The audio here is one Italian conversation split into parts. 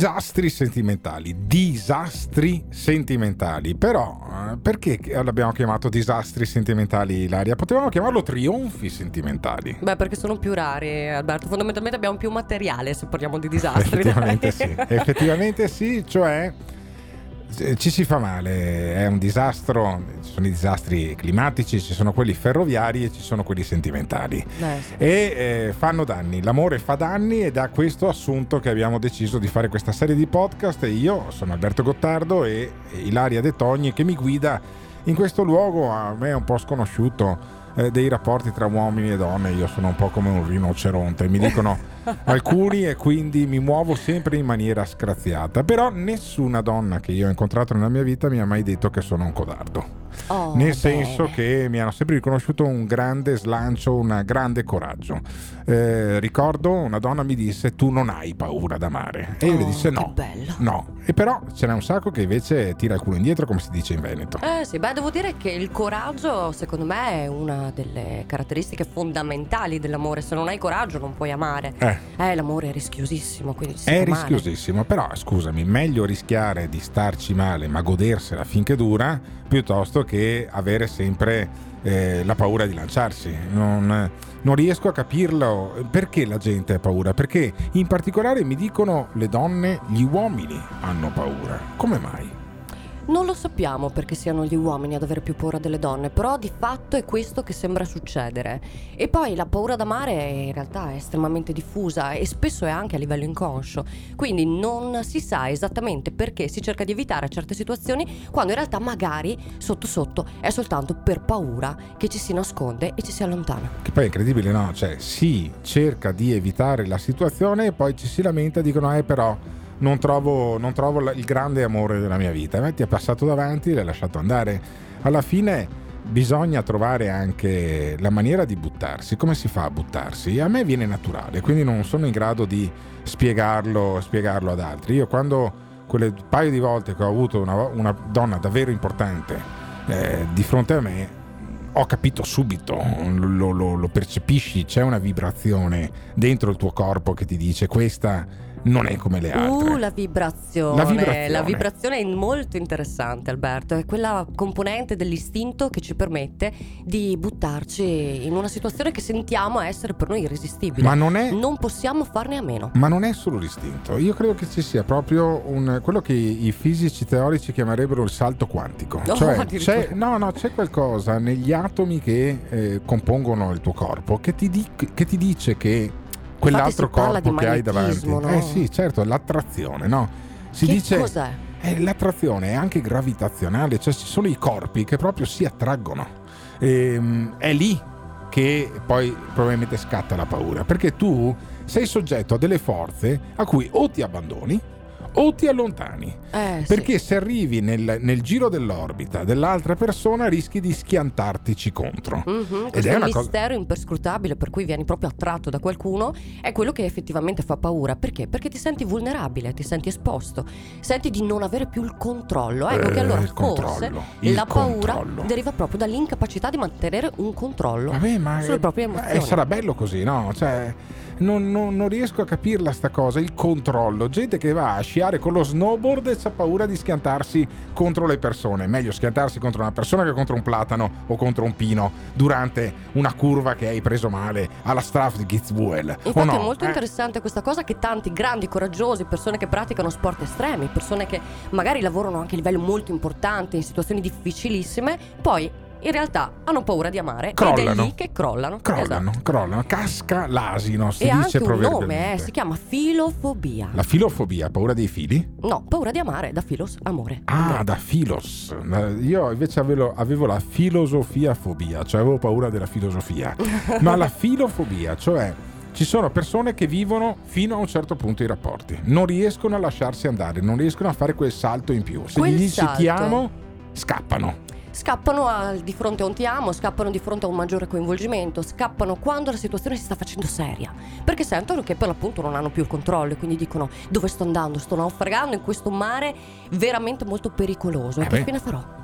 Disastri sentimentali. Però perché l'abbiamo chiamato disastri sentimentali, Ilaria? Potevamo chiamarlo trionfi sentimentali. Beh, perché sono più rari, Alberto. Fondamentalmente abbiamo più materiale se parliamo di disastri. Effettivamente sì, cioè ci si fa male, è un disastro. Ci sono i disastri climatici, ci sono quelli ferroviari e ci sono quelli sentimentali, sì. e fanno danni, l'amore fa danni, ed è questo assunto che abbiamo deciso di fare questa serie di podcast. Io sono Alberto Gottardo e Ilaria De Togni, che mi guida in questo luogo a me è un po' sconosciuto, dei rapporti tra uomini e donne. Io sono un po' come un rinoceronte, mi dicono alcuni, e quindi mi muovo sempre in maniera scraziata. Però nessuna donna che io ho incontrato nella mia vita mi ha mai detto che sono un codardo. Nel senso che mi hanno sempre riconosciuto un grande slancio, un grande coraggio. Ricordo una donna mi disse: tu non hai paura d'amare, e io le disse no, e però ce n'è un sacco che invece tira il culo indietro, come si dice in Veneto. Sì, beh, devo dire che il coraggio secondo me è una delle caratteristiche fondamentali dell'amore. Se non hai coraggio non puoi amare. L'amore è rischiosissimo, quindi è rischiosissimo, però scusami, meglio rischiare di starci male ma godersela finché dura, piuttosto che avere sempre la paura di lanciarsi. Non riesco a capirlo, perché la gente ha paura, perché in particolare mi dicono le donne, gli uomini hanno paura. Come mai? Non lo sappiamo perché siano gli uomini ad avere più paura delle donne, però di fatto è questo che sembra succedere. E poi la paura d'amare in realtà è estremamente diffusa e spesso è anche a livello inconscio, quindi non si sa esattamente perché si cerca di evitare certe situazioni, quando in realtà magari sotto sotto è soltanto per paura che ci si nasconde e ci si allontana. Che poi è incredibile, no? Cioè si cerca di evitare la situazione e poi ci si lamenta, dicono però non trovo il grande amore della mia vita. Ti è passato davanti, l'hai lasciato andare. Alla fine bisogna trovare anche la maniera di buttarsi. Come si fa a buttarsi? A me viene naturale, quindi non sono in grado di spiegarlo ad altri. Io, quando quelle paio di volte che ho avuto una donna davvero importante di fronte a me, ho capito subito, lo percepisci, c'è una vibrazione dentro il tuo corpo che ti dice: questa non è come le altre. La vibrazione è molto interessante, Alberto. È quella componente dell'istinto che ci permette di buttarci in una situazione che sentiamo essere per noi irresistibile. Ma non possiamo farne a meno. Ma non è solo l'istinto. Io credo che ci sia proprio quello che i fisici teorici chiamerebbero il salto quantico. C'è qualcosa negli atomi che compongono il tuo corpo che ti dice che quell'altro corpo che hai davanti, no? Sì, certo, l'attrazione, no? Si che dice cos'è? L'attrazione è anche gravitazionale, cioè ci sono i corpi che proprio si attraggono. È lì che poi probabilmente scatta la paura, perché tu sei soggetto a delle forze a cui o ti abbandoni o ti allontani, perché se arrivi nel giro dell'orbita dell'altra persona rischi di schiantartici contro. Questo è un mistero imperscrutabile per cui vieni proprio attratto da qualcuno, è quello che effettivamente fa paura. Perché? Perché ti senti vulnerabile, ti senti esposto, senti di non avere più il controllo. Ecco che allora forse la paura deriva proprio dall'incapacità di mantenere un controllo sulle proprie emozioni. Sarà bello così, no? Cioè non riesco a capirla sta cosa, il controllo. Gente che va a sciare con lo snowboard e c'ha paura di schiantarsi contro le persone. Meglio schiantarsi contro una persona che contro un platano o contro un pino durante una curva che hai preso male alla Strafgizbuel. Infatti è molto interessante questa cosa, che tanti grandi, coraggiosi, persone che praticano sport estremi, persone che magari lavorano anche a livello molto importante in situazioni difficilissime, poi in realtà hanno paura di amare, crollano. Ed è lì che crollano, casca l'asino, si e dice anche un proverbialmente. nome, si chiama filofobia. La filofobia, paura dei fili? No, paura di amare, da filos, amore. Da filos. Io invece avevo la filosofia-fobia, cioè avevo paura della filosofia. Ma la filofobia, cioè ci sono persone che vivono fino a un certo punto i rapporti, non riescono a lasciarsi andare, non riescono a fare quel salto in più. Se gli dici ti amo, scappano di fronte a un ti amo, scappano di fronte a un maggiore coinvolgimento, scappano quando la situazione si sta facendo seria, perché sentono che per l'appunto non hanno più il controllo e quindi dicono: dove sto andando? Sto naufragando in questo mare veramente molto pericoloso, e che fine farò?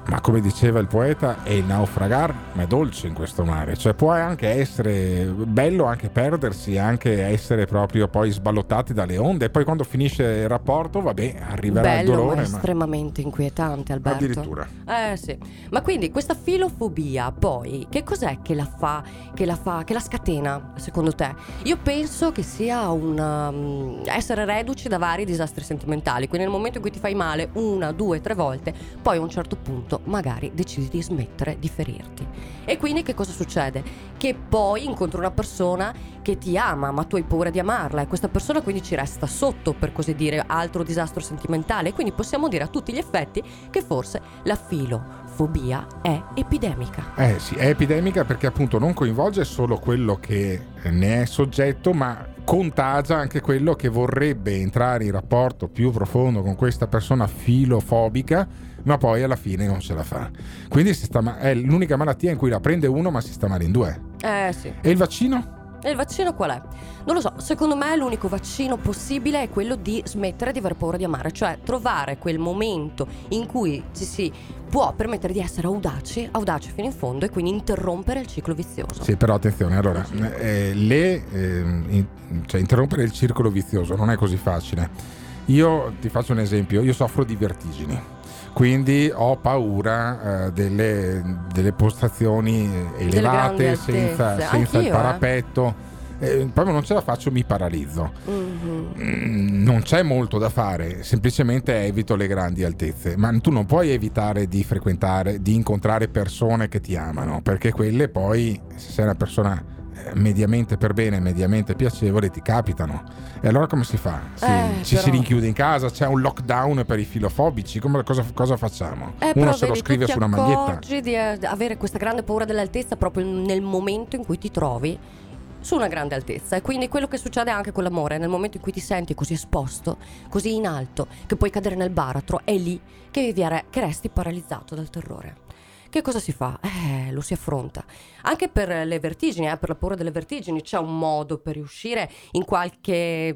Ma come diceva il poeta, è il naufragar, ma è dolce in questo mare. Cioè può anche essere bello, anche perdersi, anche essere proprio poi sballottati dalle onde. E poi quando finisce il rapporto, vabbè, arriverà bello, il dolore. ma estremamente inquietante, Alberto. Addirittura. Sì. Ma quindi questa filofobia, poi, che cos'è che la scatena, secondo te? Io penso che sia essere reduci da vari disastri sentimentali. Quindi nel momento in cui ti fai male 1, 2, 3 volte, poi a un certo punto magari decidi di smettere di ferirti. E quindi che cosa succede? Che poi incontri una persona che ti ama, ma tu hai paura di amarla, e questa persona quindi ci resta sotto, per così dire, altro disastro sentimentale. E quindi possiamo dire a tutti gli effetti che forse la filofobia è epidemica. Sì, è epidemica perché appunto non coinvolge solo quello che ne è soggetto, ma contagia anche quello che vorrebbe entrare in rapporto più profondo con questa persona filofobica, ma poi alla fine non ce la fa. Quindi è l'unica malattia in cui la prende uno ma si sta male in due. Sì. E il vaccino? E il vaccino qual è? Non lo so, secondo me l'unico vaccino possibile è quello di smettere di aver paura di amare, cioè trovare quel momento in cui ci si può permettere di essere audaci fino in fondo, e quindi interrompere il ciclo vizioso. Sì, però attenzione, allora, interrompere il circolo vizioso non è così facile. Io ti faccio un esempio, io soffro di vertigini. Quindi ho paura delle postazioni elevate senza il parapetto. Proprio non ce la faccio, mi paralizzo. Non c'è molto da fare, semplicemente evito le grandi altezze. Ma tu non puoi evitare di frequentare, di incontrare persone che ti amano, perché quelle poi, se sei una persona mediamente per bene, mediamente piacevole, ti capitano. E allora come si fa? Si rinchiude in casa, c'è un lockdown per i filofobici, cosa facciamo? Uno se lo scrive su una maglietta. Ti accorgi di avere questa grande paura dell'altezza proprio nel momento in cui ti trovi su una grande altezza. E quindi quello che succede anche con l'amore, nel momento in cui ti senti così esposto, così in alto, che puoi cadere nel baratro, è lì che resti paralizzato dal terrore. Che cosa si fa? Lo si affronta. Anche per le vertigini, per la paura delle vertigini, c'è un modo per riuscire in qualche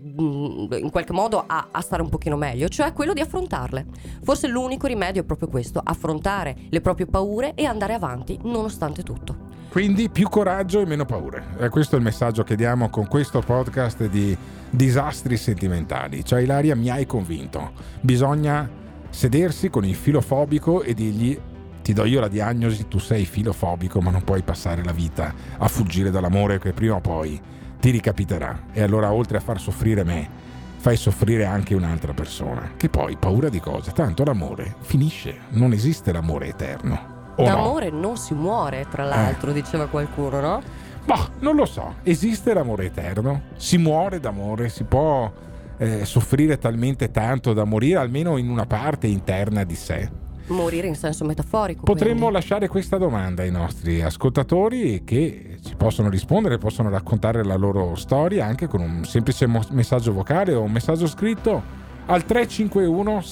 modo a stare un pochino meglio, cioè quello di affrontarle. Forse l'unico rimedio è proprio questo: affrontare le proprie paure e andare avanti nonostante tutto. Quindi più coraggio e meno paure. Questo è il messaggio che diamo con questo podcast di disastri sentimentali. Cioè, Ilaria, mi hai convinto. Bisogna sedersi con il filofobico e dirgli: ti do io la diagnosi, tu sei filofobico, ma non puoi passare la vita a fuggire dall'amore, che prima o poi ti ricapiterà. E allora, oltre a far soffrire me, fai soffrire anche un'altra persona. Che poi, paura di cosa? Tanto l'amore finisce, non esiste l'amore eterno. D'amore non si muore, tra l'altro, diceva qualcuno, no? Boh, non lo so. Esiste l'amore eterno? Si muore d'amore? Si può soffrire talmente tanto da morire, almeno in una parte interna di sé? Morire in senso metaforico. Potremmo quindi lasciare questa domanda ai nostri ascoltatori, che ci possono rispondere, possono raccontare la loro storia anche con un semplice messaggio vocale o un messaggio scritto al 351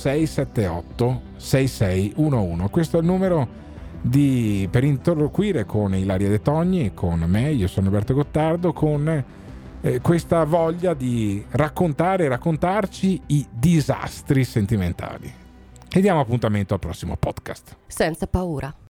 678 6611. Questo è il numero per interloquire con Ilaria De Togni, con me. Io sono Alberto Gottardo, con questa voglia di raccontarci i disastri sentimentali. E diamo appuntamento al prossimo podcast. senza paura.